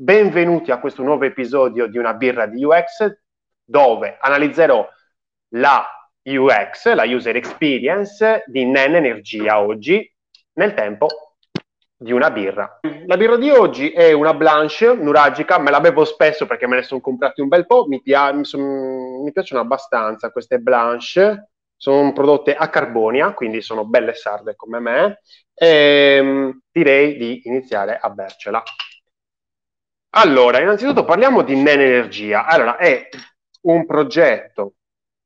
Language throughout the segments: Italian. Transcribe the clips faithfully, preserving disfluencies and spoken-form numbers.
benvenuti a questo nuovo episodio di Una birra di U X, dove analizzerò la U X, la User Experience di Nen Energia oggi, nel tempo di una birra. La birra di oggi è una blanche nuragica, me la bevo spesso perché me ne sono comprati un bel po', mi, pia- mi, son- mi piacciono abbastanza queste blanche, sono prodotte a Carbonia, quindi sono belle sarde come me, e direi di iniziare a bercela. Allora, innanzitutto parliamo di Nen Energia. Allora, è un progetto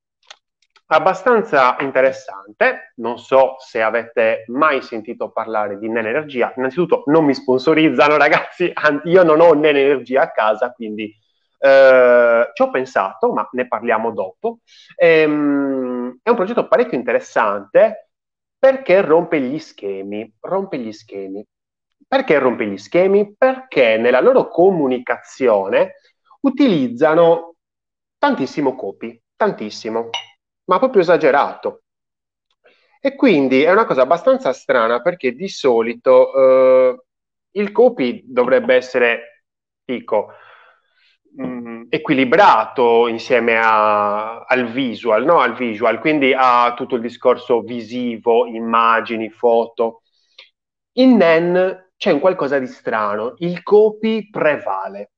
abbastanza interessante. Non so se avete mai sentito parlare di Nen Energia. Innanzitutto non mi sponsorizzano, ragazzi. Io non ho Nen Energia a casa, quindi eh, ci ho pensato, ma ne parliamo dopo. Ehm, è un progetto parecchio interessante perché rompe gli schemi. Rompe gli schemi. Perché rompe gli schemi? Perché nella loro comunicazione utilizzano tantissimo copy, tantissimo, ma proprio esagerato. E quindi è una cosa abbastanza strana perché di solito eh, il copy dovrebbe essere, dico, mh, equilibrato insieme a, al visual, no? Al visual, quindi a tutto il discorso visivo, immagini, foto. In Nen c'è un qualcosa di strano, il copy prevale.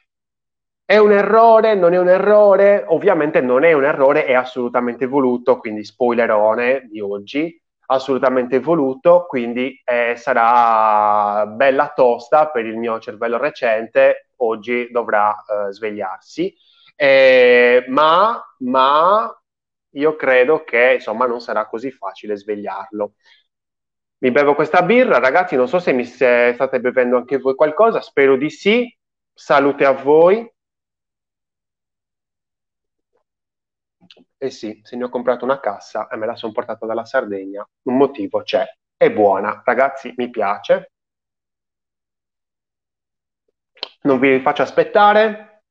È un errore? Non è un errore? Ovviamente non è un errore, è assolutamente voluto, quindi spoilerone di oggi, assolutamente voluto, quindi eh, sarà bella tosta per il mio cervello recente, oggi dovrà eh, svegliarsi, eh, ma, ma io credo che insomma non sarà così facile svegliarlo. Mi bevo questa birra, ragazzi, non so se mi se state bevendo anche voi qualcosa, spero di sì. Salute a voi. Eh sì, se ne ho comprato una cassa e me la sono portata dalla Sardegna, un motivo c'è. È buona, ragazzi, mi piace. Non vi faccio aspettare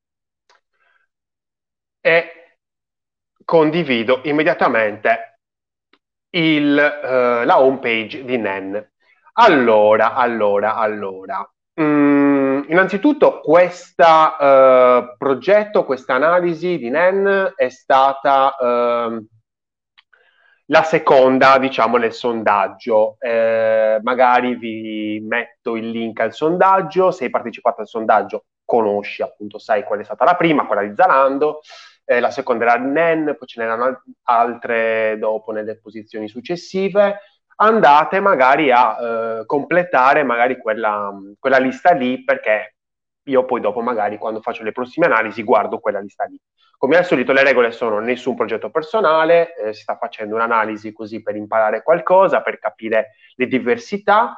e condivido immediatamente il, eh, la home page di Nen. Allora, allora, allora. Mm, innanzitutto, questo eh, progetto, questa analisi di Nen è stata eh, la seconda, diciamo, nel sondaggio. Eh, magari vi metto il link al sondaggio. Se hai partecipato al sondaggio, conosci appunto, sai qual è stata la prima, quella di Zalando. Eh, la seconda era di Nen, poi ce n'erano altre dopo nelle posizioni successive. Andate magari a eh, completare magari quella, quella lista lì, perché io poi dopo magari quando faccio le prossime analisi guardo quella lista lì. Come al solito le regole sono nessun progetto personale, eh, si sta facendo un'analisi così per imparare qualcosa, per capire le diversità.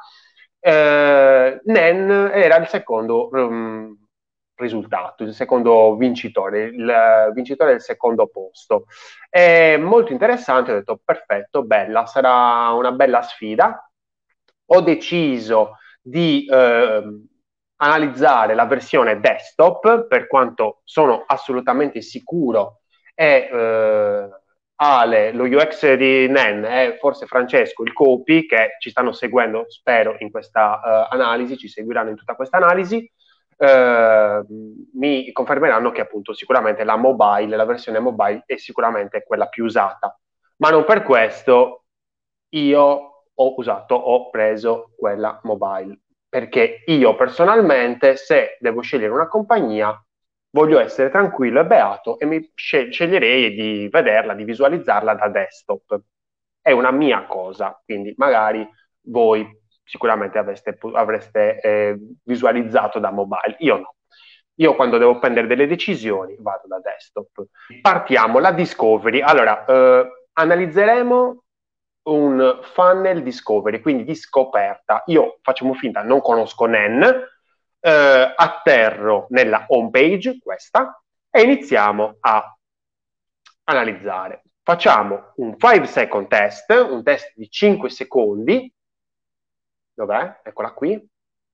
Eh, Nen era il secondo um, risultato, il secondo vincitore, il vincitore del secondo posto. È molto interessante, ho detto perfetto, bella, sarà una bella sfida. Ho deciso di eh, analizzare la versione desktop, per quanto sono assolutamente sicuro e eh, Ale, lo U X di Nen e forse Francesco, il copy, che ci stanno seguendo, spero, in questa uh, analisi, ci seguiranno in tutta questa analisi, uh, mi confermeranno che appunto sicuramente la mobile, la versione mobile è sicuramente quella più usata. Ma non per questo io ho usato, ho preso quella mobile, perché io personalmente, se devo scegliere una compagnia, voglio essere tranquillo e beato e mi scel- sceglierei di vederla, di visualizzarla da desktop. È una mia cosa, quindi magari voi sicuramente avreste, avreste eh, visualizzato da mobile, io no. Io quando devo prendere delle decisioni vado da desktop. Partiamo, la discovery. Allora, eh, analizzeremo un funnel discovery, quindi di scoperta. Io facciamo finta, non conosco Nen, eh, atterro nella home page, questa, e iniziamo a analizzare. Facciamo un five second test, un test di cinque secondi. Dov'è? Eccola qui.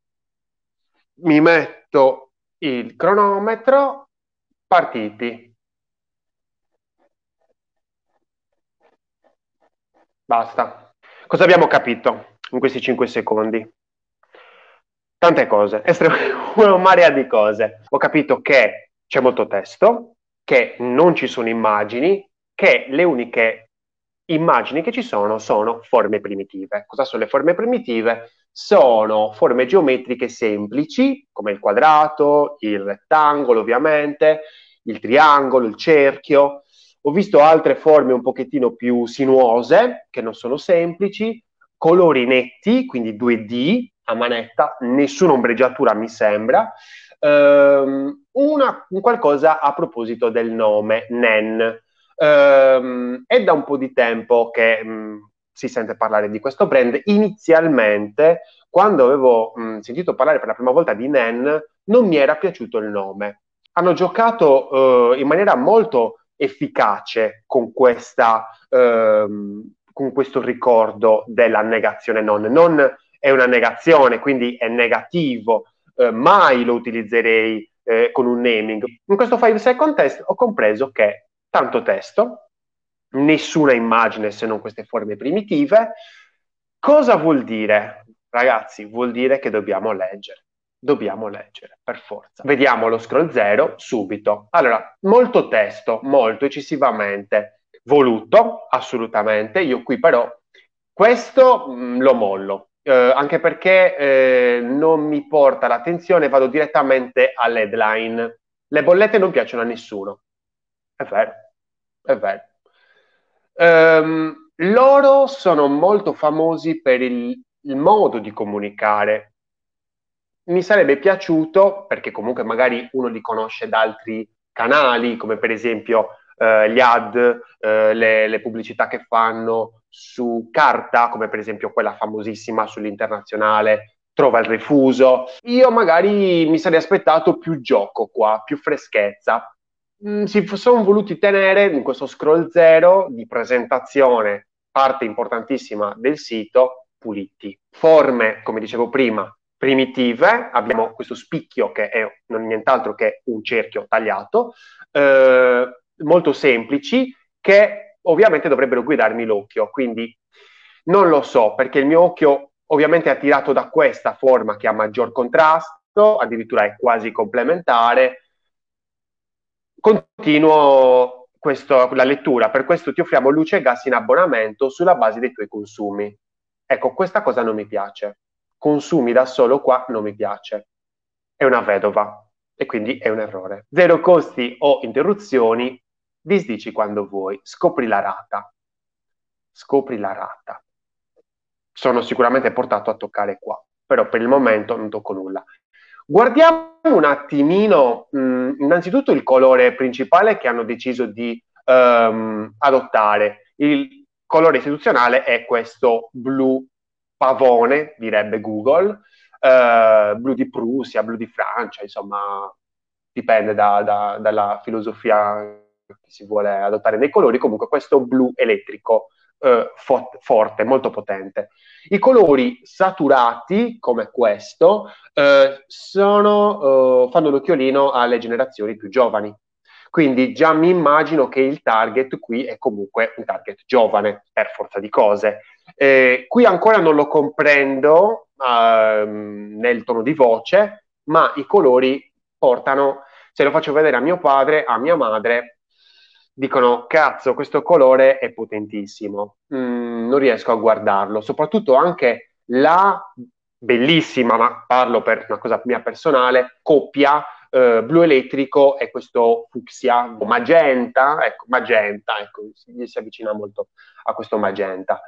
Mi metto il cronometro, partiti. Basta. Cosa abbiamo capito in questi cinque secondi? tante cose, una marea di cose. Ho capito che c'è molto testo, che non ci sono immagini, che le uniche immagini che ci sono sono forme primitive. Cosa sono le forme primitive? Sono forme geometriche semplici, come il quadrato, il rettangolo ovviamente, il triangolo, il cerchio. Ho visto altre forme un pochettino più sinuose, che non sono semplici, colori netti, quindi due D a manetta, nessuna ombreggiatura mi sembra. Um, una, un qualcosa a proposito del nome Nen. Um, è da un po' di tempo che um, si sente parlare di questo brand. Inizialmente, quando avevo um, sentito parlare per la prima volta di Nen, non mi era piaciuto il nome. Hanno giocato uh, in maniera molto efficace con questa uh, con questo ricordo della negazione non. Non è una negazione, quindi è negativo, eh, mai lo utilizzerei eh, con un naming. In questo five second test ho compreso che tanto testo, nessuna immagine se non queste forme primitive. Cosa vuol dire? Ragazzi, vuol dire che dobbiamo leggere. Dobbiamo leggere, per forza. Vediamo lo scroll zero subito. Allora, molto testo, molto eccessivamente voluto, assolutamente. Io qui però questo mh, lo mollo, eh, anche perché eh, non mi porta l'attenzione, vado direttamente all'headline. Le bollette non piacciono a nessuno. È vero, è vero. Um, loro sono molto famosi per il, il modo di comunicare. Mi sarebbe piaciuto, perché comunque magari uno li conosce da altri canali, come per esempio eh, gli ad, eh, le, le pubblicità che fanno su carta, come per esempio quella famosissima sull'internazionale, Trova il rifuso. Io magari mi sarei aspettato più gioco qua, più freschezza. Mm, si sono voluti tenere in questo scroll zero di presentazione, parte importantissima del sito, puliti. Forme, come dicevo prima, primitive, abbiamo questo spicchio che è non è nient'altro che un cerchio tagliato, eh, molto semplici, che ovviamente dovrebbero guidarmi l'occhio, quindi non lo so, perché il mio occhio ovviamente è attirato da questa forma che ha maggior contrasto, addirittura è quasi complementare. Continuo questo, la lettura, per questo ti offriamo luce e gas in abbonamento sulla base dei tuoi consumi. Ecco, questa cosa non mi piace. Consumi da solo qua non mi piace. È una vedova e quindi è un errore. Zero costi o interruzioni, disdici quando vuoi, scopri la rata. Scopri la rata. Sono sicuramente portato a toccare qua, però per il momento non tocco nulla. Guardiamo un attimino, mh, innanzitutto il colore principale che hanno deciso di um, adottare. Il colore istituzionale è questo blu pavone, direbbe Google, uh, blu di Prussia, blu di Francia, insomma, dipende da, da, dalla filosofia che si vuole adottare nei colori. Comunque questo blu elettrico uh, fo- forte, molto potente. I colori saturati, come questo, eh, sono, eh, fanno l'occhiolino alle generazioni più giovani. Quindi già mi immagino che il target qui è comunque un target giovane, per forza di cose. Eh, qui ancora non lo comprendo ehm, nel tono di voce, ma i colori portano, se lo faccio vedere a mio padre, a mia madre, dicono, cazzo, questo colore è potentissimo, mm, non riesco a guardarlo, soprattutto anche la bellissima, ma parlo per una cosa mia personale, coppia eh, blu elettrico e questo fucsia, magenta, ecco, magenta, ecco, si, si avvicina molto a questo magenta.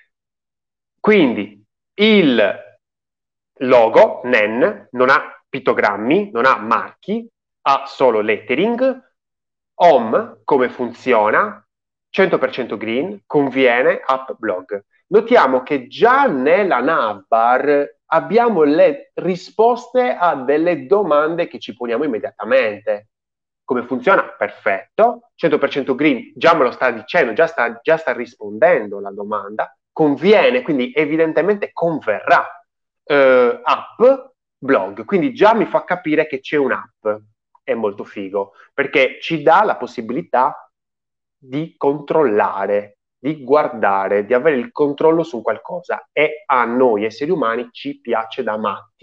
Quindi il logo Nen non ha pittogrammi, non ha marchi, ha solo lettering. Home, come funziona? cento per cento green, conviene, app blog. Notiamo che già nella navbar abbiamo le risposte a delle domande che ci poniamo immediatamente. Come funziona? Perfetto. cento per cento green già me lo sta dicendo, già sta, già sta rispondendo la domanda. Conviene, quindi evidentemente converrà. Eh, app, blog, quindi già mi fa capire che c'è un'app. È molto figo, perché ci dà la possibilità di controllare, di guardare, di avere il controllo su qualcosa e a noi esseri umani ci piace da matti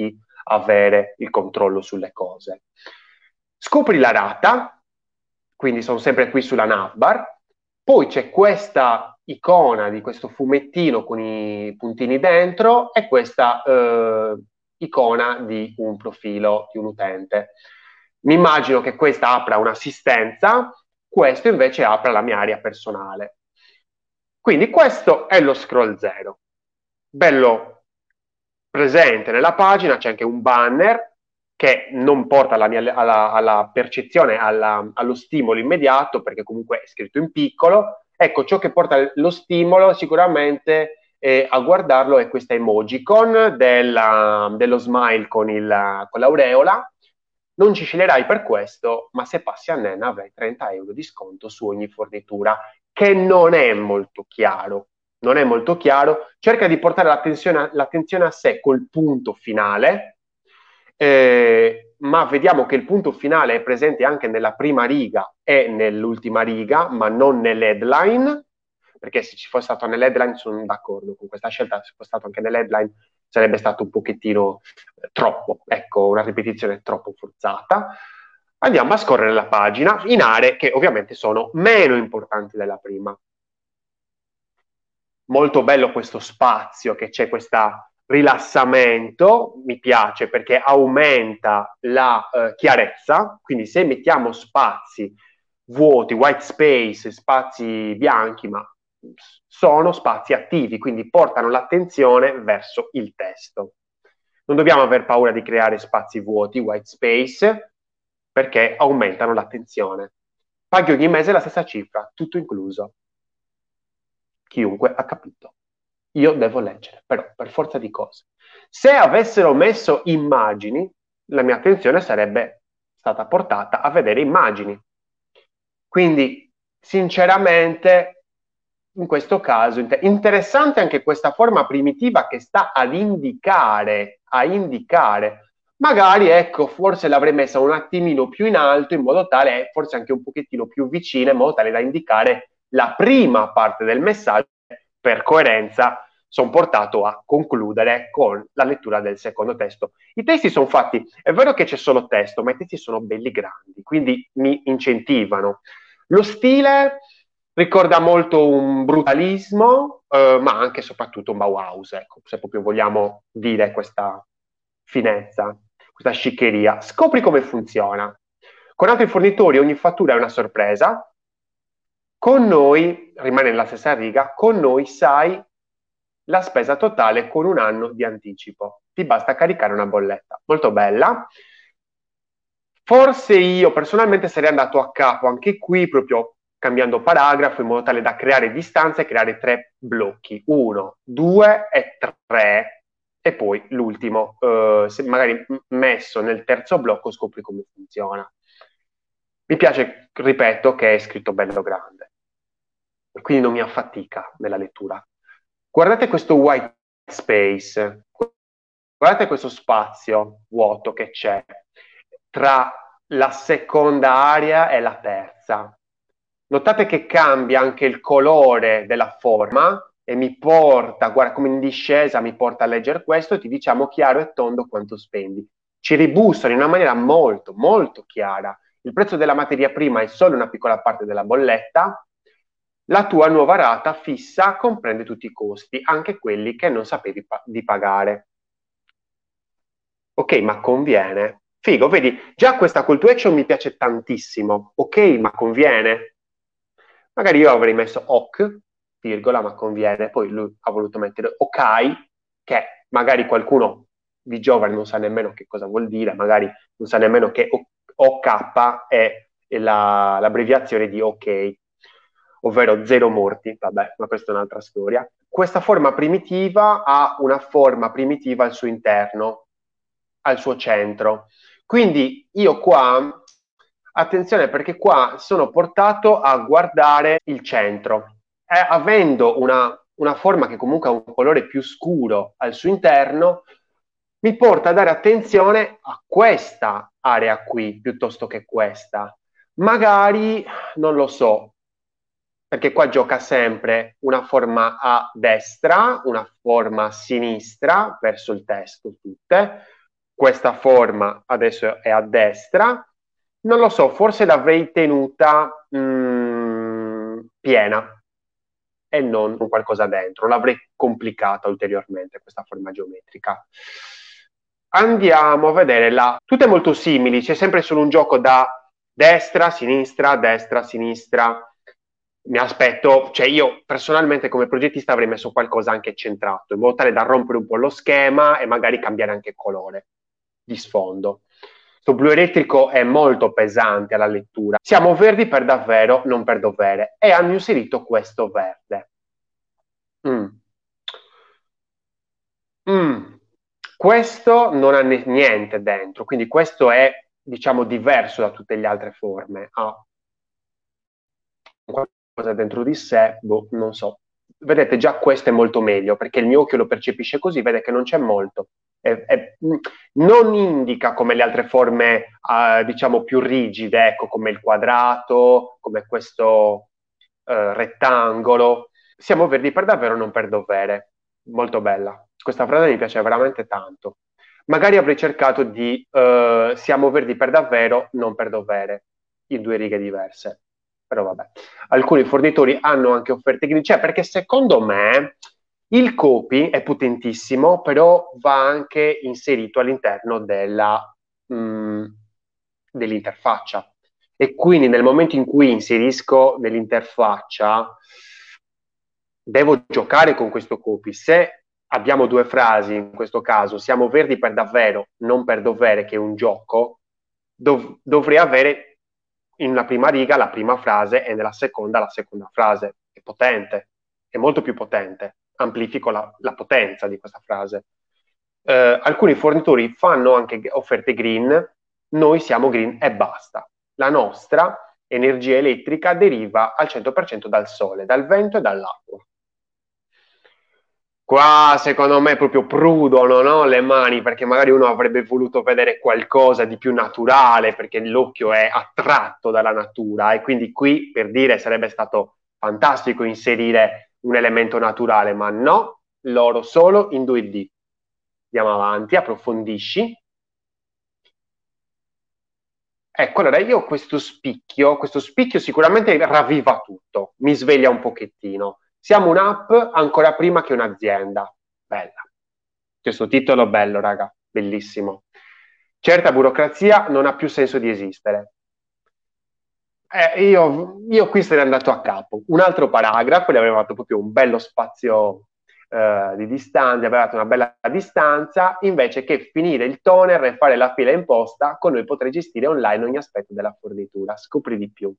avere il controllo sulle cose. Scopri la rata, quindi sono sempre qui sulla navbar, poi c'è questa icona di questo fumettino con i puntini dentro e questa eh, icona di un profilo di un utente. Mi immagino che questa apra un'assistenza, questo invece apra la mia area personale. Quindi questo è lo scroll zero. Bello presente nella pagina, c'è anche un banner che non porta alla, mia, alla, alla percezione, alla, allo stimolo immediato, perché comunque è scritto in piccolo. Ecco, ciò che porta lo stimolo sicuramente eh, a guardarlo è questa emojicon della, dello smile con, il, con l'aureola. Non ci sceglierai per questo, ma se passi a Nen avrai trenta euro di sconto su ogni fornitura, che non è molto chiaro. Non è molto chiaro. Cerca di portare l'attenzione, l'attenzione a sé col punto finale, eh, ma vediamo che il punto finale è presente anche nella prima riga e nell'ultima riga, ma non nell'headline, perché se ci fosse stato nell'headline sono d'accordo con questa scelta, se fosse stato anche nell'headline sarebbe stato un pochettino eh, troppo, ecco, una ripetizione troppo forzata. Andiamo a scorrere la pagina in aree che ovviamente sono meno importanti della prima. Molto bello questo spazio che c'è, questo rilassamento, mi piace perché aumenta la eh, chiarezza, quindi se mettiamo spazi vuoti, white space, spazi bianchi, ma sono spazi attivi, quindi portano l'attenzione verso il testo. Non dobbiamo aver paura di creare spazi vuoti, white space, perché aumentano l'attenzione. Paghi ogni mese la stessa cifra, tutto incluso. Chiunque ha capito. Io devo leggere, però per forza di cose. Se avessero messo immagini, la mia attenzione sarebbe stata portata a vedere immagini. Quindi, sinceramente, in questo caso, interessante anche questa forma primitiva che sta ad indicare, a indicare. Magari, ecco, forse l'avrei messa un attimino più in alto, in modo tale, forse anche un pochettino più vicina, in modo tale da indicare la prima parte del messaggio. Per coerenza sono portato a concludere con la lettura del secondo testo. I testi sono fatti, è vero che c'è solo testo, ma i testi sono belli grandi, quindi mi incentivano. Lo stile ricorda molto un brutalismo, eh, ma anche e soprattutto un Bauhaus, ecco, se proprio vogliamo dire questa finezza, questa sciccheria. Scopri come funziona. Con altri fornitori ogni fattura è una sorpresa. Con noi, rimane nella stessa riga, con noi sai la spesa totale con un anno di anticipo. Ti basta caricare una bolletta. Molto bella. Forse io personalmente sarei andato a capo anche qui, proprio cambiando paragrafo, in modo tale da creare distanza e creare tre blocchi. Uno, due e tre. E poi l'ultimo, eh, se magari messo nel terzo blocco, scopri come funziona. Mi piace, ripeto, che è scritto bello grande, quindi non mi affatica nella lettura. Guardate questo white space, guardate questo spazio vuoto che c'è tra la seconda area e la terza. Notate che cambia anche il colore della forma e mi porta, guarda come in discesa, mi porta a leggere questo e ti diciamo chiaro e tondo quanto spendi. Ci ribussano in una maniera molto, molto chiara. Il prezzo della materia prima è solo una piccola parte della bolletta. La tua nuova rata fissa comprende tutti i costi, anche quelli che non sapevi pa- di pagare. Ok, ma conviene. Figo, vedi, già questa call to action mi piace tantissimo. Ok, ma conviene. Magari io avrei messo ok, virgola, ma conviene. Poi lui ha voluto mettere ok, che magari qualcuno di giovane non sa nemmeno che cosa vuol dire, magari non sa nemmeno che O K è la, l'abbreviazione di ok, ovvero zero morti. Vabbè, ma questa è un'altra storia. Questa forma primitiva ha una forma primitiva al suo interno, al suo centro. Quindi io qua, attenzione perché qua sono portato a guardare il centro. Eh, avendo una, una forma che comunque ha un colore più scuro al suo interno, mi porta a dare attenzione a questa area qui piuttosto che questa. Magari, non lo so, perché qua gioca sempre una forma a destra, una forma a sinistra, verso il testo tutte, questa forma adesso è a destra, non lo so, forse l'avrei tenuta mh, piena e non con qualcosa dentro, l'avrei complicata ulteriormente questa forma geometrica. Andiamo a vedere la... Tutte molto simili, c'è sempre solo un gioco da destra, sinistra, destra, sinistra. Mi aspetto, cioè io personalmente come progettista avrei messo qualcosa anche centrato, in modo tale da rompere un po' lo schema e magari cambiare anche colore di sfondo. Questo blu elettrico è molto pesante alla lettura. Siamo verdi per davvero, non per dovere. E hanno inserito questo verde. Mm. Mm. Questo non ha niente dentro, quindi questo è, diciamo, diverso da tutte le altre forme. Ha qualcosa dentro di sé, boh, non so. Vedete, già questo è molto meglio, perché il mio occhio lo percepisce così, vede che non c'è molto. È, è, non indica come le altre forme, uh, diciamo, più rigide, ecco, come il quadrato, come questo uh, rettangolo. Siamo verdi per davvero, non per dovere. Molto bella. Questa frase mi piace veramente tanto. Magari avrei cercato di uh, siamo verdi per davvero, non per dovere, in due righe diverse. Però vabbè. Alcuni fornitori hanno anche offerte green, cioè perché secondo me il copy è potentissimo, però va anche inserito all'interno della, mh, dell'interfaccia. E quindi nel momento in cui inserisco nell'interfaccia, devo giocare con questo copy. Se abbiamo due frasi, in questo caso, siamo verdi per davvero, non per dovere, che è un gioco, dov- dovrei avere in una prima riga la prima frase e nella seconda la seconda frase. È potente, è molto più potente. Amplifico la, la potenza di questa frase. Eh, alcuni fornitori fanno anche offerte green, noi siamo green e basta. La nostra energia elettrica deriva al cento per cento dal sole, dal vento e dall'acqua. Qua secondo me proprio prudono, no? Le mani, perché magari uno avrebbe voluto vedere qualcosa di più naturale, perché l'occhio è attratto dalla natura e quindi qui per dire sarebbe stato fantastico inserire un elemento naturale, ma no, loro solo in due D. Andiamo avanti, approfondisci. Ecco, allora io questo spicchio, questo spicchio sicuramente ravviva tutto, mi sveglia un pochettino. Siamo un'app ancora prima che un'azienda. Bella. Questo titolo bello, raga, bellissimo. Certa burocrazia non ha più senso di esistere. Eh, io, io qui sarei andato a capo. Un altro paragrafo, gli aveva fatto proprio un bello spazio eh, di distanza, aveva dato una bella distanza, invece che finire il toner e fare la fila in posta, con noi potrai gestire online ogni aspetto della fornitura. Scopri di più.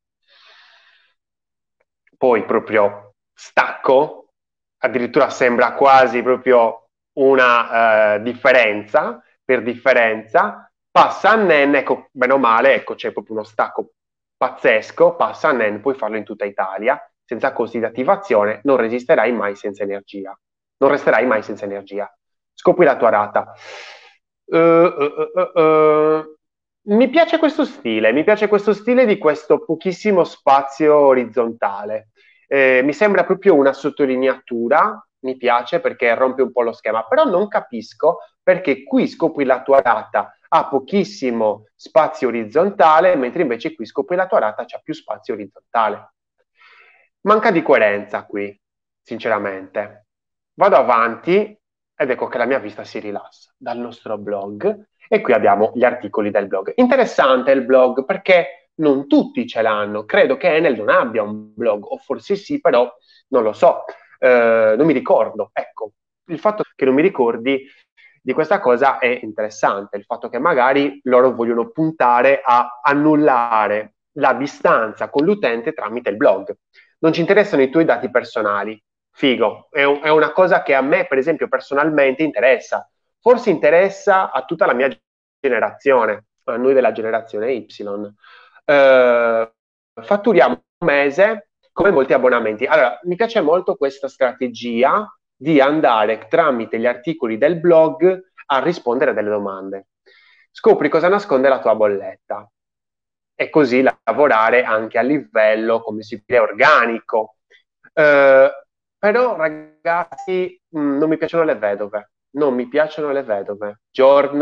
Poi proprio stacco, addirittura sembra quasi proprio una eh, differenza, per differenza, passa a Nen, ecco, bene o male, ecco, c'è proprio uno stacco pazzesco, passa a Nen, puoi farlo in tutta Italia, senza costi di attivazione, non resisterai mai senza energia, non resterai mai senza energia. Scopri la tua rata. Uh, uh, uh, uh, mi piace questo stile, mi piace questo stile di questo pochissimo spazio orizzontale. Eh, mi sembra proprio una sottolineatura, mi piace perché rompe un po' lo schema, però non capisco perché qui scopri la tua rata ha pochissimo spazio orizzontale, mentre invece qui scopri la tua rata c'ha più spazio orizzontale. Manca di coerenza qui, sinceramente. Vado avanti ed ecco che la mia vista si rilassa dal nostro blog e qui abbiamo gli articoli del blog. Interessante il blog perché non tutti ce l'hanno. Credo che Enel non abbia un blog, o forse sì, però non lo so. Eh, non mi ricordo. Ecco, il fatto che non mi ricordi di questa cosa è interessante. Il fatto che magari loro vogliono puntare a annullare la distanza con l'utente tramite il blog. Non ci interessano i tuoi dati personali. Figo, è, un, è una cosa che a me, per esempio, personalmente interessa. Forse interessa a tutta la mia generazione, a noi della generazione Y. Eh, fatturiamo un mese come molti abbonamenti. Allora, mi piace molto questa strategia di andare tramite gli articoli del blog a rispondere a delle domande. Scopri cosa nasconde la tua bolletta e così lavorare anche a livello, come si dice, organico. Eh, però, ragazzi, mh, non mi piacciono le vedove. Non mi piacciono le vedove. Giorno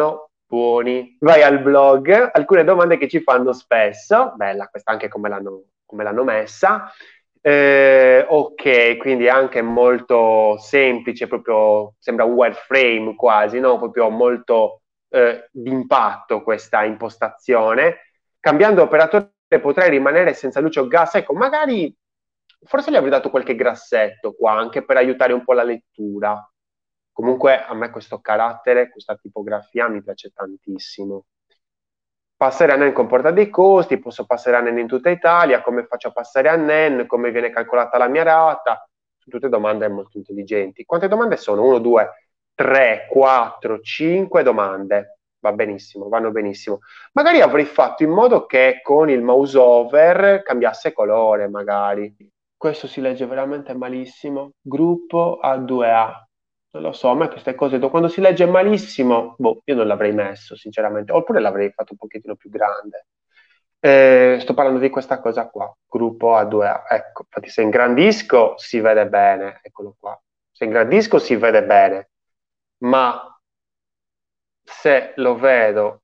buoni. Vai al blog, alcune domande che ci fanno spesso, bella questa anche come l'hanno, come l'hanno messa. Eh, ok, quindi anche molto semplice, proprio sembra un wireframe quasi, no? Proprio molto eh, d'impatto questa impostazione. Cambiando operatore potrei rimanere senza luce o gas. Ecco, magari forse gli avrei dato qualche grassetto qua anche per aiutare un po' la lettura. Comunque a me questo carattere, questa tipografia mi piace tantissimo. Passare a N E N comporta dei costi, posso passare a N E N in tutta Italia, come faccio a passare a N E N, come viene calcolata la mia rata, sono tutte domande molto intelligenti. Quante domande sono? uno, due, tre, quattro, cinque domande. Va benissimo, vanno benissimo. Magari avrei fatto in modo che con il mouse over cambiasse colore, magari. Questo si legge veramente malissimo. Gruppo A due A. Non lo so, a me queste cose, quando si legge malissimo, boh, io non l'avrei messo, sinceramente. Oppure l'avrei fatto un pochettino più grande. Eh, sto parlando di questa cosa qua, gruppo A due A. Ecco, infatti se ingrandisco si vede bene, eccolo qua. Se ingrandisco si vede bene, ma se lo vedo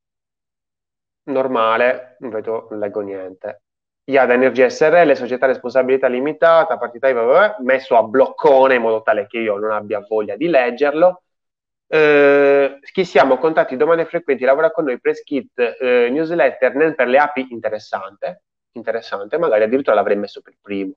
normale, non vedo, non leggo niente. Iada Energia S R L, società responsabilità limitata, partita I V A, vabbè, messo a bloccone in modo tale che io non abbia voglia di leggerlo. Eh, chi siamo? Contatti, domande frequenti, lavora con noi, press kit, eh, newsletter, N E N per le api, interessante, interessante, magari addirittura l'avrei messo per primo.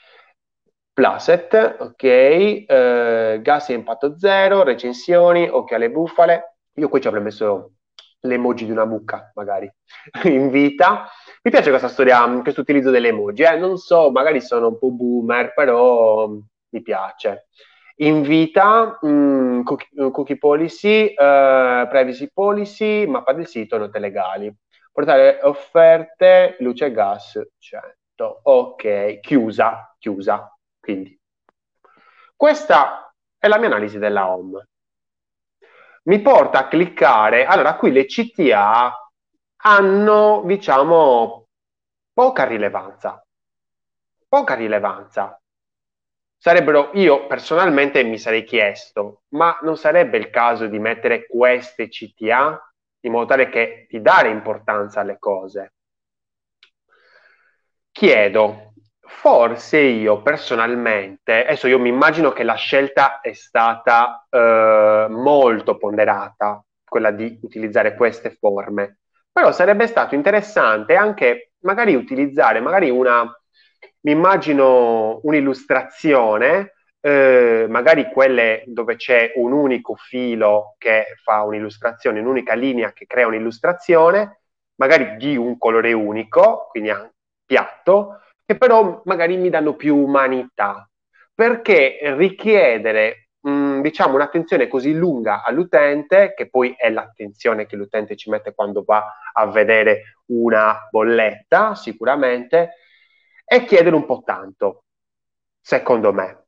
Placet, ok, eh, gas e impatto zero, recensioni, occhio alle bufale. Io qui ci avrei messo l'emoji di una mucca, magari, in vita. Mi piace questa storia, questo utilizzo delle emoji, eh? Non so, magari sono un po' boomer, però mi piace. In vita, mh, cookie, cookie policy, eh, privacy policy, mappa del sito, note legali. Portare offerte, luce e gas, cento. Ok, chiusa, chiusa. Quindi, questa è la mia analisi della home. Mi porta a cliccare, allora qui le C T A hanno, diciamo, poca rilevanza, poca rilevanza. Sarebbero, io personalmente mi sarei chiesto, ma non sarebbe il caso di mettere queste C T A in modo tale che di dare importanza alle cose? Chiedo, forse io personalmente, adesso io mi immagino che la scelta è stata eh, molto ponderata, quella di utilizzare queste forme, però sarebbe stato interessante anche magari utilizzare magari una, mi immagino un'illustrazione, eh, magari quelle dove c'è un unico filo che fa un'illustrazione, un'unica linea che crea un'illustrazione, magari di un colore unico, quindi anche piatto, che però magari mi danno più umanità, perché richiedere mh, diciamo un'attenzione così lunga all'utente, che poi è l'attenzione che l'utente ci mette quando va a vedere una bolletta, sicuramente, è chiedere un po' tanto, secondo me.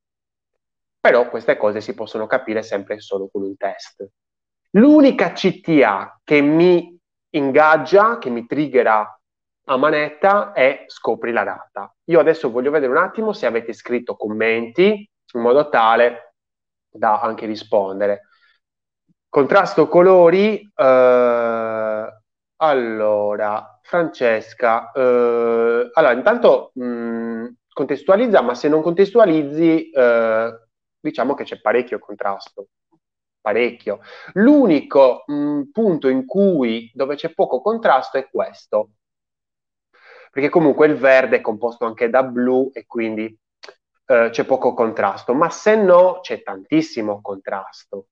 Però queste cose si possono capire sempre solo con un test. L'unica C T A che mi ingaggia, che mi triggera a manetta è scopri la data. Io adesso voglio vedere un attimo se avete scritto commenti in modo tale da anche rispondere. Contrasto colori, eh, allora, Francesca, eh, allora intanto mh, contestualizza, ma se non contestualizzi, eh, diciamo che c'è parecchio contrasto, parecchio. L'unico mh, punto in cui dove c'è poco contrasto è questo, perché comunque il verde è composto anche da blu e quindi eh, c'è poco contrasto, ma se no c'è tantissimo contrasto.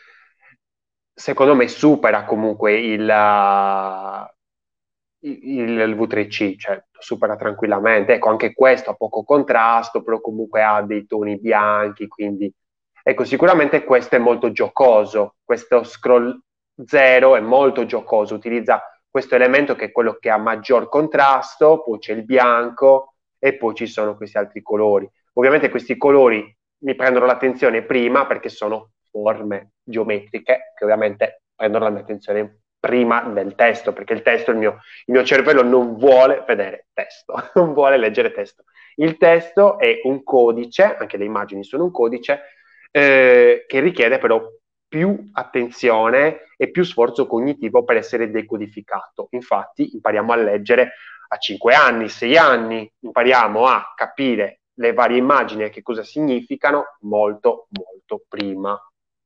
Secondo me supera comunque il, uh, il, il V tre C, cioè supera tranquillamente. Ecco, anche questo ha poco contrasto, però comunque ha dei toni bianchi, quindi ecco, sicuramente questo è molto giocoso, questo scroll zero è molto giocoso, utilizza questo elemento che è quello che ha maggior contrasto, poi c'è il bianco e poi ci sono questi altri colori. Ovviamente questi colori mi prendono l'attenzione prima perché sono forme geometriche che ovviamente prendono la mia attenzione prima del testo, perché il testo, il mio, il mio cervello non vuole vedere testo, non vuole leggere testo. Il testo è un codice, anche le immagini sono un codice, eh, che richiede però più attenzione e più sforzo cognitivo per essere decodificato. Infatti impariamo a leggere a cinque anni, sei anni, impariamo a capire le varie immagini e che cosa significano molto, molto prima.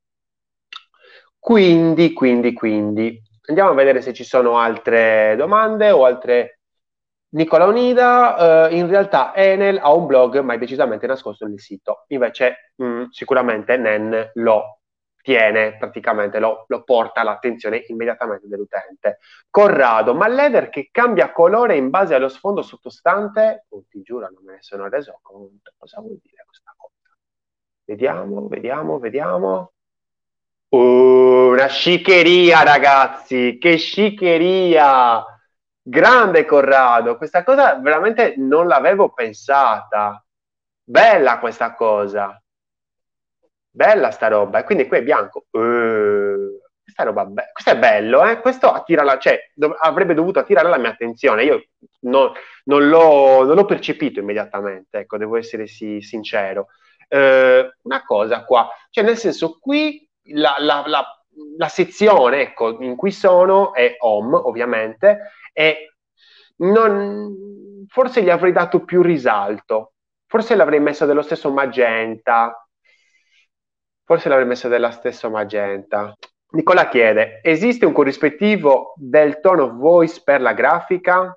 Quindi, quindi, quindi, andiamo a vedere se ci sono altre domande o altre... Nicola Onida, eh, in realtà Enel ha un blog, ma è decisamente nascosto nel sito. Invece, mh, sicuramente Nen lo tiene, praticamente lo, lo porta all'attenzione immediatamente dell'utente. Corrado, ma l'header che cambia colore in base allo sfondo sottostante? Oh, ti giuro, non me ne sono reso conto. Cosa vuol dire questa cosa? Vediamo, vediamo, vediamo. Uh, una sciccheria, ragazzi, che sciccheria! Grande Corrado, questa cosa veramente non l'avevo pensata. Bella questa cosa. Bella sta roba. E quindi qui è bianco. Uh, questa roba be- questo è bello, eh? Questo attira la, cioè, dov- avrebbe dovuto attirare la mia attenzione. Io non, non l'ho, non l'ho percepito immediatamente, ecco, devo essere sì, sincero. Eh, una cosa qua, cioè nel senso qui la, la, la, la sezione ecco, in cui sono è home, ovviamente, e non, forse gli avrei dato più risalto, forse l'avrei messo dello stesso magenta, forse l'avrei messo della stessa magenta. Nicola chiede, esiste un corrispettivo del tone of voice per la grafica?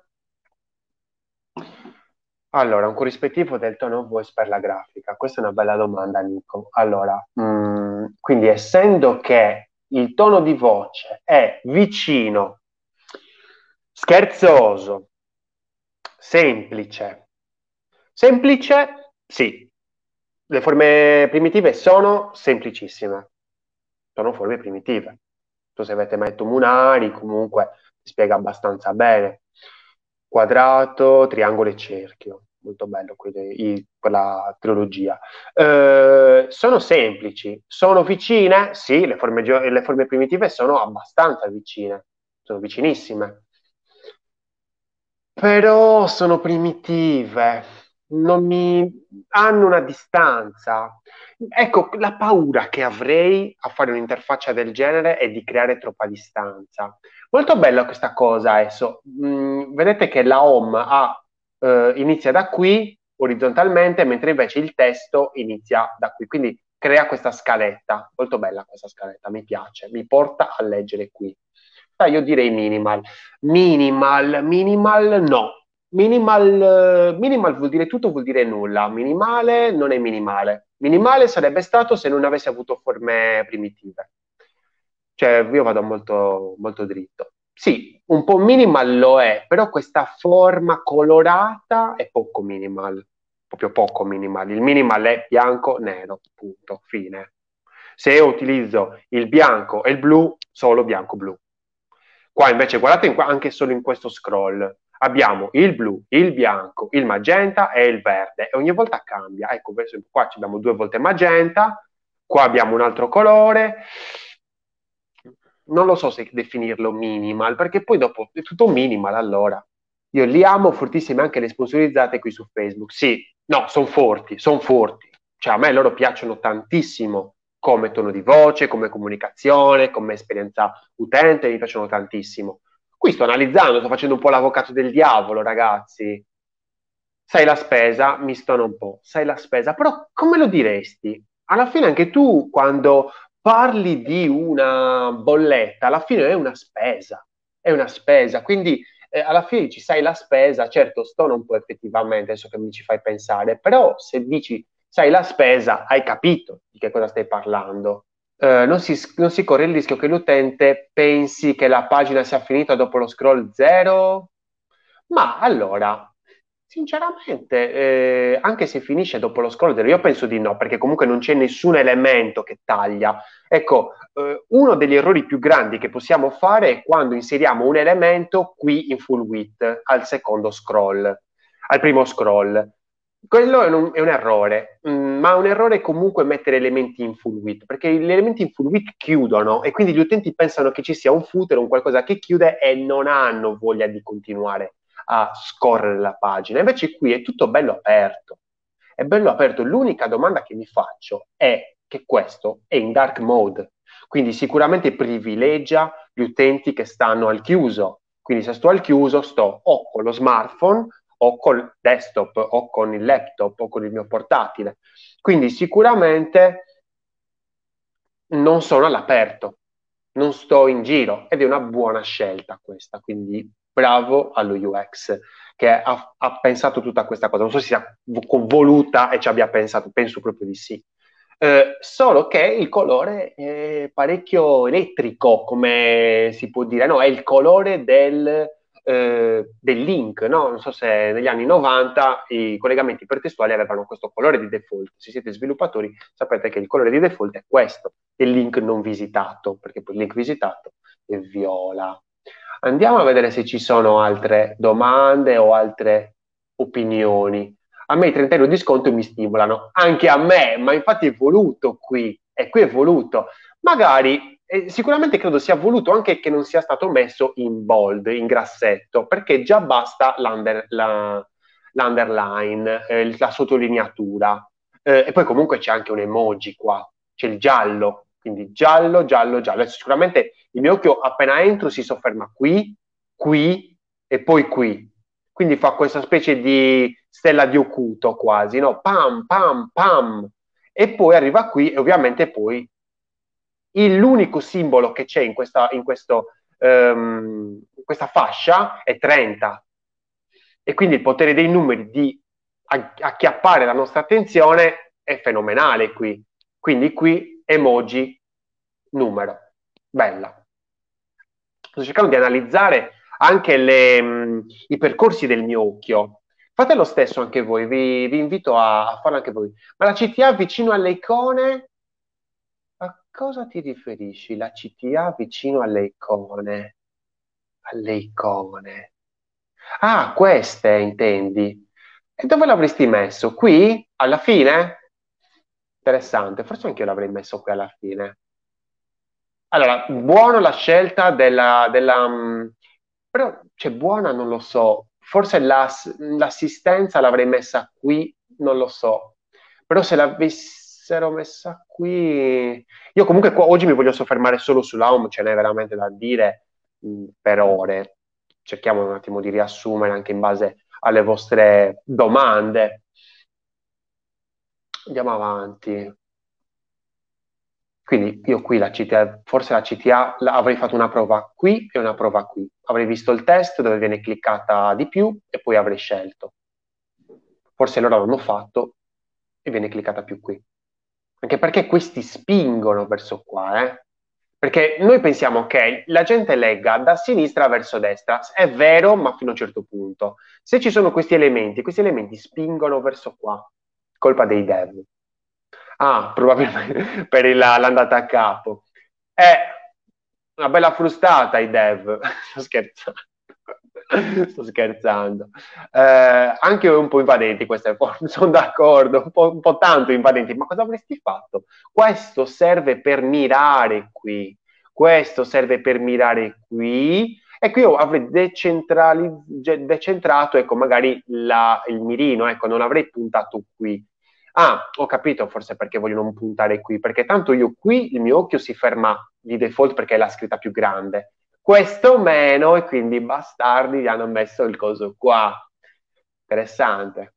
Allora, un corrispettivo del tone of voice per la grafica. Questa è una bella domanda, Nico. Allora, mh, quindi essendo che il tono di voce è vicino, scherzoso, semplice, semplice, sì. Le forme primitive sono semplicissime. Sono forme primitive. Tu se avete mai detto Munari, comunque si spiega abbastanza bene. Quadrato, triangolo e cerchio. Molto bello quelli- i- quella trilogia. Eh, sono semplici, sono vicine? Sì, le forme, geo- le forme primitive sono abbastanza vicine, sono vicinissime. Però sono primitive, non mi hanno una distanza. Ecco, la paura che avrei a fare un'interfaccia del genere è di creare troppa distanza. Molto bella questa cosa adesso. Mm, vedete che la home ha, eh, inizia da qui orizzontalmente, mentre invece il testo inizia da qui. Quindi crea questa scaletta. Molto bella questa scaletta, mi piace, mi porta a leggere qui. Ah, io direi minimal. Minimal, minimal no. Minimal, eh, minimal vuol dire tutto, vuol dire nulla. Minimale non è minimale. Minimale sarebbe stato se non avesse avuto forme primitive. Cioè, io vado molto, molto dritto. Sì, un po' minimal lo è, però questa forma colorata è poco minimal. Proprio poco minimal. Il minimal è bianco, nero, punto, fine. Se io utilizzo il bianco e il blu, solo bianco-blu. Qua invece guardate in qua, anche solo in questo scroll abbiamo il blu, il bianco, il magenta e il verde e ogni volta cambia. Ecco, per esempio qua abbiamo due volte magenta, qua abbiamo un altro colore. Non lo so se definirlo minimal, perché poi dopo è tutto minimal allora. Io li amo fortissime anche le sponsorizzate qui su Facebook. Sì, no, sono forti, sono forti. Cioè a me loro piacciono tantissimo come tono di voce, come comunicazione, come esperienza utente, mi piacciono tantissimo. Qui sto analizzando, sto facendo un po' l'avvocato del diavolo, ragazzi. Sai la spesa, mi stono un po', sai la spesa, però come lo diresti? Alla fine anche tu quando parli di una bolletta, alla fine è una spesa, è una spesa, quindi eh, alla fine ci sai la spesa, certo stono un po' effettivamente, adesso che mi ci fai pensare, però se dici sai la spesa, hai capito di che cosa stai parlando. Eh, non si, non si corre il rischio che l'utente pensi che la pagina sia finita dopo lo scroll zero? Ma allora, sinceramente, eh, anche se finisce dopo lo scroll zero, io penso di no, perché comunque non c'è nessun elemento che taglia. Ecco, eh, uno degli errori più grandi che possiamo fare è quando inseriamo un elemento qui in full width al secondo scroll, al primo scroll. Quello è un, è un errore, mm, ma un errore è comunque mettere elementi in full width, perché gli elementi in full width chiudono e quindi gli utenti pensano che ci sia un footer, un qualcosa che chiude e non hanno voglia di continuare a scorrere la pagina. Invece qui è tutto bello aperto. È bello aperto. L'unica domanda che mi faccio è che questo è in dark mode. quindi sicuramente privilegia gli utenti che stanno al chiuso. Quindi se sto al chiuso sto o con lo smartphone o col desktop o con il laptop o con il mio portatile. Quindi sicuramente non sono all'aperto, non sto in giro ed è una buona scelta questa, quindi bravo allo U X che ha, ha pensato tutta questa cosa, non so se sia voluta e ci abbia pensato, penso proprio di sì. Eh, solo che il colore è parecchio elettrico, come si può dire, no? È il colore del, eh, del link, no? Non so se negli anni novanta i collegamenti ipertestuali avevano questo colore di default. Se siete sviluppatori sapete che il colore di default è questo, il link non visitato, perché poi il link visitato è viola. Andiamo a vedere se ci sono altre domande o altre opinioni. A me i trenta euro di sconto mi stimolano, anche a me, ma infatti è voluto qui, e qui è voluto. Magari, eh, sicuramente credo sia voluto anche che non sia stato messo in bold, in grassetto, perché già basta l'under, la, l'underline, eh, la sottolineatura. Eh, e poi comunque c'è anche un emoji qua, c'è il giallo, quindi giallo, giallo, giallo. E sicuramente il mio occhio appena entro si sofferma qui, qui e poi qui. Quindi fa questa specie di stella di Ocuto quasi, no? Pam, pam, pam. E poi arriva qui e ovviamente poi l'unico simbolo che c'è in questa, in questo, um, questa fascia è trenta. E quindi il potere dei numeri di acchiappare la nostra attenzione è fenomenale qui. Quindi qui emoji numero. Bella. Sto cercando di analizzare anche le, mh, i percorsi del mio occhio. Fate lo stesso anche voi, vi, vi invito a, a farlo anche voi. Ma la C T A vicino alle icone, a cosa ti riferisci? La C T A vicino alle icone? Alle icone. Ah, queste intendi. E dove l'avresti messo? Qui? Alla fine? Interessante, forse anche io l'avrei messo qui alla fine. Allora, buona la scelta della, della, mh, però, cioè, buona non lo so, forse l'ass- l'assistenza l'avrei messa qui, non lo so, però se l'avessero messa qui, io comunque qua oggi mi voglio soffermare solo sulla home, ce n'è veramente da dire mh, per ore, cerchiamo un attimo di riassumere anche in base alle vostre domande. Andiamo avanti. Quindi io qui la C T A, forse la C T A la- avrei fatto una prova qui e una prova qui. Avrei visto il test dove viene cliccata di più e poi avrei scelto. Forse loro l'hanno fatto e viene cliccata più qui. Anche perché questi spingono verso qua, eh? Perché noi pensiamo che la gente legga da sinistra verso destra. È vero, ma fino a un certo punto. Se ci sono questi elementi, questi elementi spingono verso qua. Colpa dei dev. Ah, probabilmente per il- l'andata a capo. È una bella frustata i dev. Sto scherzando. Sto scherzando. Eh, anche un po' invadenti queste forme, sono d'accordo, un po', un po' tanto invadenti, ma cosa avresti fatto? Questo serve per mirare qui, questo serve per mirare qui, e qui io avrei decentrali- ge- decentrato, ecco, magari la- il mirino, ecco, non avrei puntato qui. Ah, ho capito forse perché voglio non puntare qui, perché tanto io qui il mio occhio si ferma di default perché è la scritta più grande. Questo meno e quindi i bastardi gli hanno messo il coso qua. Interessante.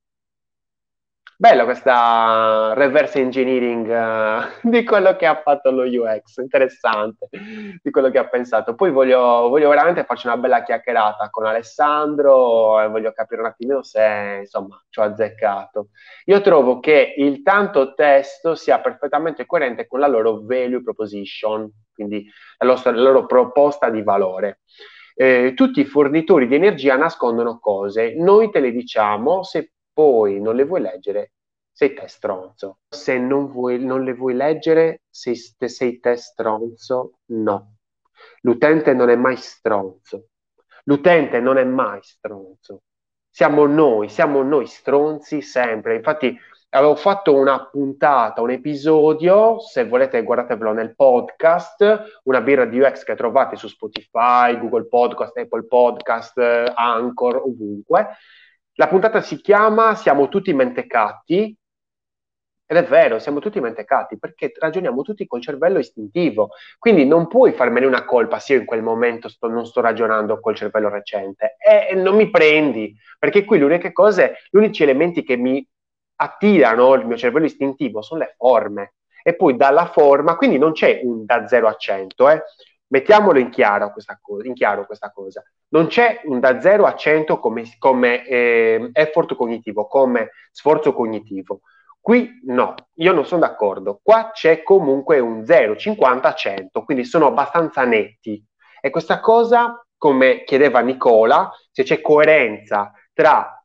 Bella questa reverse engineering eh, di quello che ha fatto lo U X, interessante, di quello che ha pensato. Poi voglio, voglio veramente farci una bella chiacchierata con Alessandro e voglio capire un attimino se, insomma, ci ho azzeccato. Io trovo che il tanto testo sia perfettamente coerente con la loro value proposition, quindi la, nostra, la loro proposta di valore. Eh, tutti i fornitori di energia nascondono cose, noi te le diciamo, se poi non le vuoi leggere, sei te stronzo. Se non, vuoi, non le vuoi leggere, sei, sei te stronzo, no. L'utente non è mai stronzo. L'utente non è mai stronzo. Siamo noi, siamo noi stronzi sempre. Infatti avevo fatto una puntata, un episodio, se volete guardatevelo nel podcast, una birra di U X che trovate su Spotify, Google Podcast, Apple Podcast, Anchor, ovunque. La puntata si chiama Siamo tutti mentecatti Ed è vero, siamo tutti mentecati perché ragioniamo tutti col cervello istintivo. Quindi non puoi farmene una colpa se io in quel momento sto- non sto ragionando col cervello recente. E non mi prendi, perché qui le uniche cose, gli unici elementi che mi attirano il mio cervello istintivo sono le forme. E poi dalla forma, quindi non c'è un da zero a cento, eh. Mettiamolo in chiaro questa cosa, in chiaro questa cosa. Non c'è un da zero a cento come, come eh, effort cognitivo, come sforzo cognitivo. Qui no, io non sono d'accordo. Qua c'è comunque un zero, cinquanta, cento, quindi sono abbastanza netti. E questa cosa, come chiedeva Nicola, se c'è coerenza tra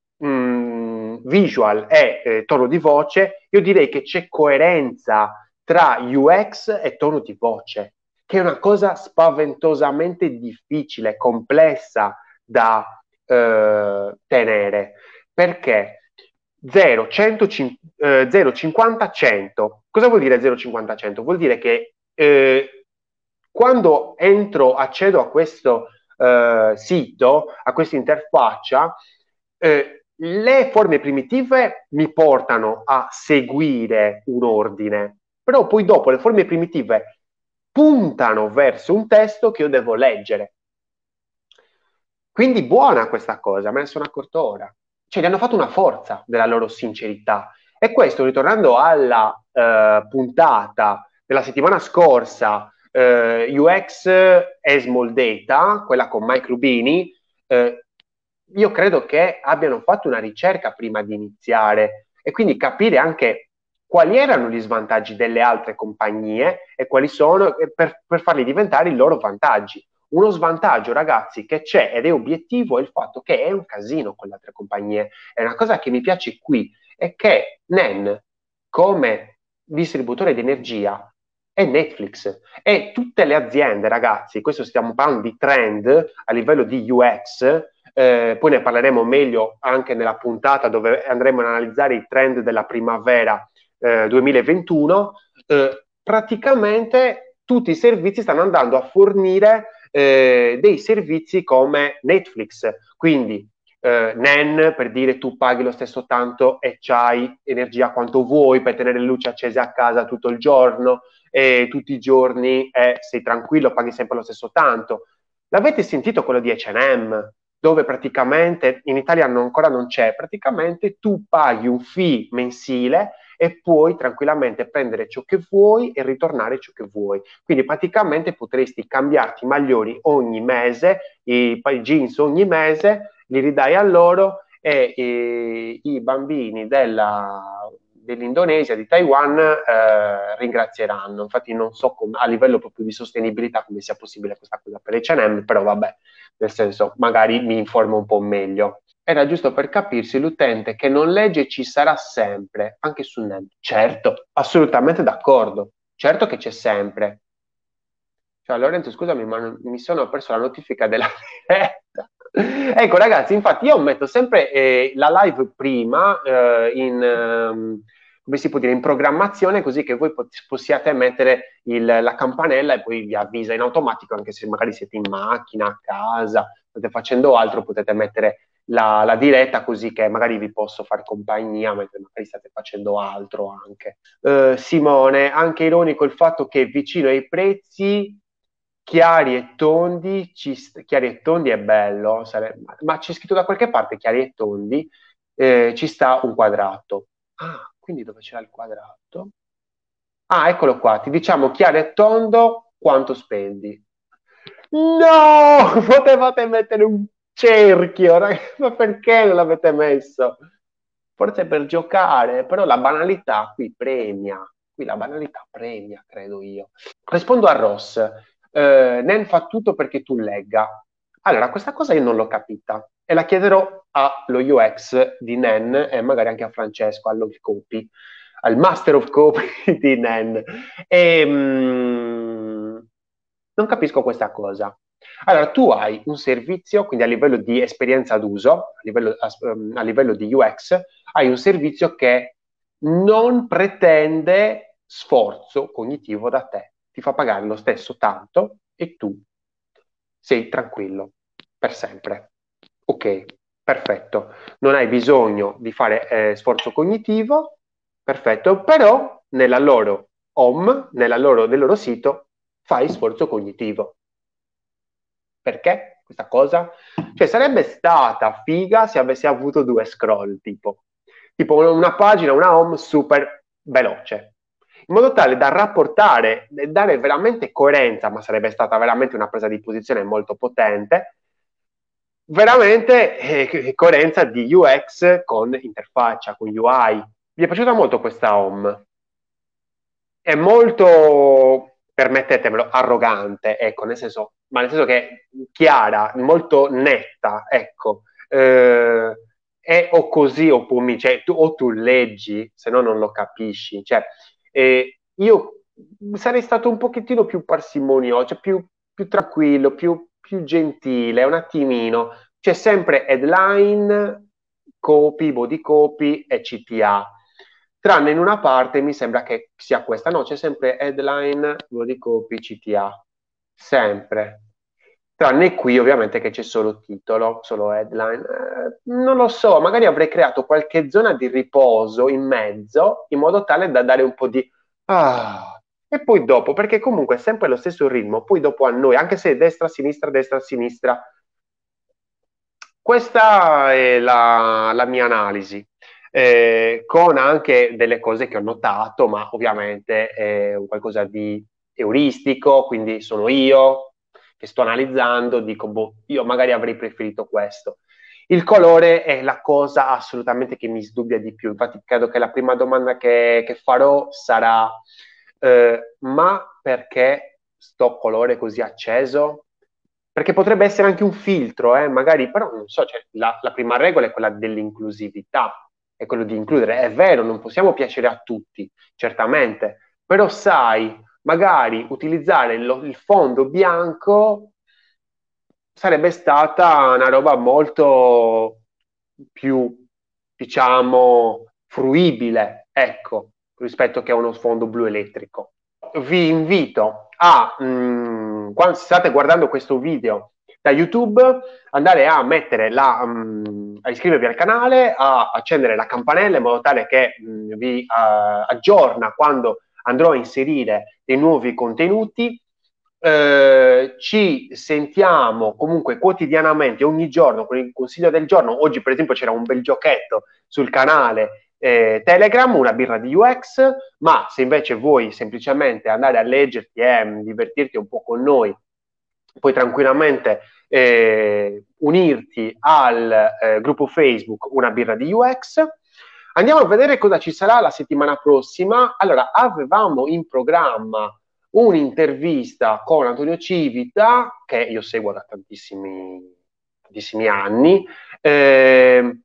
mh, visual e eh, tono di voce, io direi che c'è coerenza tra U X e tono di voce, che è una cosa spaventosamente difficile, complessa da eh, tenere. Perché? zero, cento, eh, zero, cinquanta, cento. Cosa vuol dire zero, cinquanta, cento? Vuol dire che eh, quando entro, accedo a questo eh, sito, a questa interfaccia, eh, le forme primitive mi portano a seguire un ordine, però poi dopo le forme primitive puntano verso un testo che io devo leggere. Quindi buona questa cosa, me ne sono accorto ora. Cioè, gli hanno fatto una forza della loro sincerità. E questo, ritornando alla eh, puntata della settimana scorsa, eh, U X e Small Data, quella con Mike Rubini, eh, io credo che abbiano fatto una ricerca prima di iniziare e quindi capire anche quali erano gli svantaggi delle altre compagnie e quali sono per, per farli diventare i loro vantaggi. Uno svantaggio, ragazzi, che c'è ed è obiettivo è il fatto che è un casino con le altre compagnie. È una cosa che mi piace qui, è che N E N, come distributore di energia, è Netflix. E tutte le aziende, ragazzi, questo stiamo parlando di trend a livello di U X, eh, poi ne parleremo meglio anche nella puntata dove andremo ad analizzare i trend della primavera eh, duemilaventuno, eh, praticamente tutti i servizi stanno andando a fornire eh, dei servizi come Netflix, quindi eh, N E N per dire tu paghi lo stesso tanto e c'hai energia quanto vuoi per tenere le luci accese a casa tutto il giorno e tutti i giorni e sei tranquillo, paghi sempre lo stesso tanto. L'avete sentito quello di H and M? Dove praticamente in Italia non, ancora non c'è, praticamente tu paghi un fee mensile e puoi tranquillamente prendere ciò che vuoi e ritornare ciò che vuoi. Quindi praticamente potresti cambiarti i maglioni ogni mese, i, i jeans ogni mese, li ridai a loro e i, i bambini della, dell'Indonesia, di Taiwan, eh, ringrazieranno. Infatti non so come, a livello proprio di sostenibilità come sia possibile questa cosa per H and M, però vabbè, nel senso magari mi informo un po' meglio. Era giusto per capirsi l'utente che non legge ci sarà sempre, anche su N E T. Certo, assolutamente d'accordo. Certo che c'è sempre. Cioè, Lorenzo, scusami, ma non- mi sono perso la notifica della diretta. Ecco, ragazzi, infatti io metto sempre eh, la live prima eh, in, ehm, come si può dire, in programmazione così che voi pot- possiate mettere il- la campanella e poi vi avvisa in automatico, anche se magari siete in macchina, a casa, state facendo altro, potete mettere la, la diretta così che magari vi posso fare compagnia mentre magari state facendo altro anche. Eh, Simone, anche ironico il fatto che vicino ai prezzi chiari e tondi, ci st- chiari e tondi è bello, sare- ma, ma c'è scritto da qualche parte chiari e tondi, eh, ci sta un quadrato. Ah, quindi dove c'era il quadrato? Ah, eccolo qua, ti diciamo chiaro e tondo, quanto spendi? No, potevate mettere un cerchio, ragazzi, ma perché non l'avete messo? Forse per giocare, però la banalità qui premia, qui la banalità premia, credo io. Rispondo a Ross, eh, Nen fa tutto perché tu legga. Allora, questa cosa io non l'ho capita e la chiederò allo U X di Nen e magari anche a Francesco, allo copy, al Master of Copy di Nen. E, mh, non capisco questa cosa. Allora, tu hai un servizio, quindi a livello di esperienza d'uso, a livello, a, a livello di U X, hai un servizio che non pretende sforzo cognitivo da te, ti fa pagare lo stesso tanto e tu sei tranquillo per sempre. Ok, perfetto. Non hai bisogno di fare eh, sforzo cognitivo, perfetto, però nella loro home, nella loro, nel loro sito, fai sforzo cognitivo. Perché questa cosa? Cioè, sarebbe stata figa se avessi avuto due scroll, tipo, tipo una pagina, una home super veloce, in modo tale da rapportare e dare veramente coerenza, ma sarebbe stata veramente una presa di posizione molto potente, veramente eh, coerenza di U X con interfaccia, con U I. Mi è piaciuta molto questa home. È molto, permettetemelo, arrogante, ecco, nel senso, ma nel senso che è chiara, molto netta, ecco. Eh, è o così o pumi, cioè tu, o tu leggi, se no non lo capisci. Cioè, eh, io sarei stato un pochettino più parsimonioso, cioè più, più tranquillo, più, più gentile, un attimino. C'è sempre headline, copy, body copy e C T A. Tranne in una parte mi sembra che sia questa, no, c'è sempre headline, body copy, C T A, sempre. Tranne qui ovviamente che c'è solo titolo, solo headline. Eh, non lo so, magari avrei creato qualche zona di riposo in mezzo, in modo tale da dare un po' di... Ah, e poi dopo, perché comunque è sempre lo stesso ritmo, poi dopo a noi, anche se destra, sinistra, destra, sinistra. Questa è la, la mia analisi, eh, con anche delle cose che ho notato, ma ovviamente è un qualcosa di euristico, quindi sono io che sto analizzando, dico, boh, io magari avrei preferito questo. Il colore è la cosa assolutamente che mi sdubbia di più, infatti credo che la prima domanda che, che farò sarà, eh, ma perché sto colore così acceso? Perché potrebbe essere anche un filtro, eh, magari, però non so, cioè, la, la prima regola è quella dell'inclusività, è quello di includere. È vero, non possiamo piacere a tutti, certamente, però sai, magari utilizzare lo, il fondo bianco sarebbe stata una roba molto più, diciamo, fruibile, ecco, rispetto che a uno sfondo blu elettrico. Vi invito a, mh, quando state guardando questo video da YouTube, andare a mettere la, mh, a iscrivervi al canale, a accendere la campanella in modo tale che mh, vi uh, aggiorna quando andrò a inserire dei nuovi contenuti. Eh, ci sentiamo comunque quotidianamente, ogni giorno con il consiglio del giorno. Oggi, per esempio, c'era un bel giochetto sul canale eh, Telegram, una birra di U X. Ma se invece vuoi semplicemente andare a leggerti e mh, divertirti un po' con noi, puoi tranquillamente eh, unirti al eh, gruppo Facebook Una birra di U X. Andiamo a vedere cosa ci sarà la settimana prossima. Allora, avevamo in programma un'intervista con Antonio Civita, che io seguo da tantissimi, tantissimi anni, eh,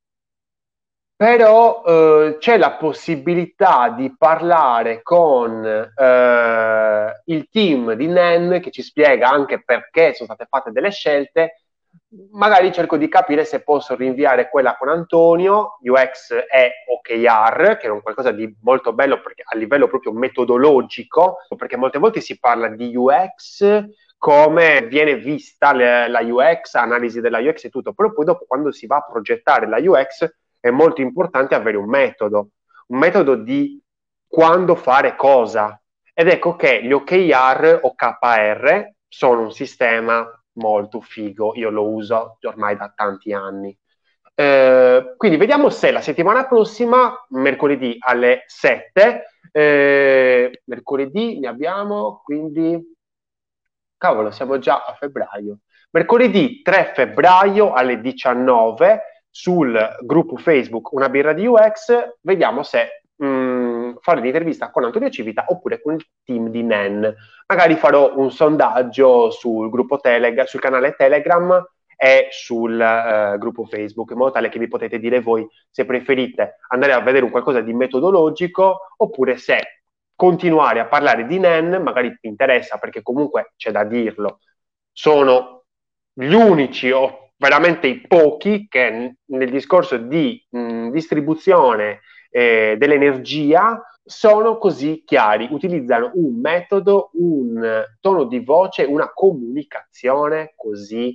però eh, c'è la possibilità di parlare con eh, il team di Nen che ci spiega anche perché sono state fatte delle scelte. Magari cerco di capire se posso rinviare quella con Antonio, U X e O K R, che è un qualcosa di molto bello perché a livello proprio metodologico, perché molte volte si parla di U X come viene vista le, la U X, analisi della U X e tutto, però poi dopo quando si va a progettare la U X è molto importante avere un metodo, un metodo di quando fare cosa. Ed ecco che gli O K R o K R sono un sistema molto figo, io lo uso ormai da tanti anni. Eh, quindi vediamo se la settimana prossima, mercoledì alle sette, eh, mercoledì ne abbiamo, quindi cavolo, siamo già a febbraio. Mercoledì tre febbraio alle diciannove sul gruppo Facebook Una birra di U X, vediamo se mh, fare l'intervista con Antonio Civita oppure con il team di Nen. Magari farò un sondaggio sul gruppo Telegram, sul canale Telegram e sul eh, gruppo Facebook, in modo tale che vi potete dire voi se preferite andare a vedere un qualcosa di metodologico oppure se continuare a parlare di Nen, magari vi interessa perché comunque c'è da dirlo, sono gli unici o veramente i pochi che nel discorso di mh, distribuzione eh, dell'energia sono così chiari, utilizzano un metodo, un tono di voce, una comunicazione così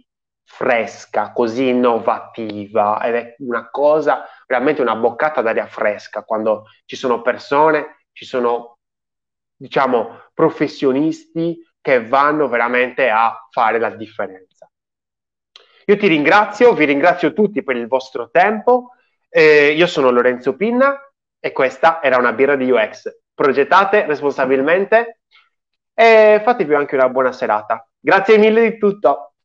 fresca, così innovativa, ed è una cosa, veramente una boccata d'aria fresca quando ci sono persone, ci sono, diciamo, professionisti che vanno veramente a fare la differenza. Io ti ringrazio, vi ringrazio tutti per il vostro tempo. Eh, io sono Lorenzo Pinna e questa era una birra di U X. Progettate responsabilmente e fatevi anche una buona serata. Grazie mille di tutto.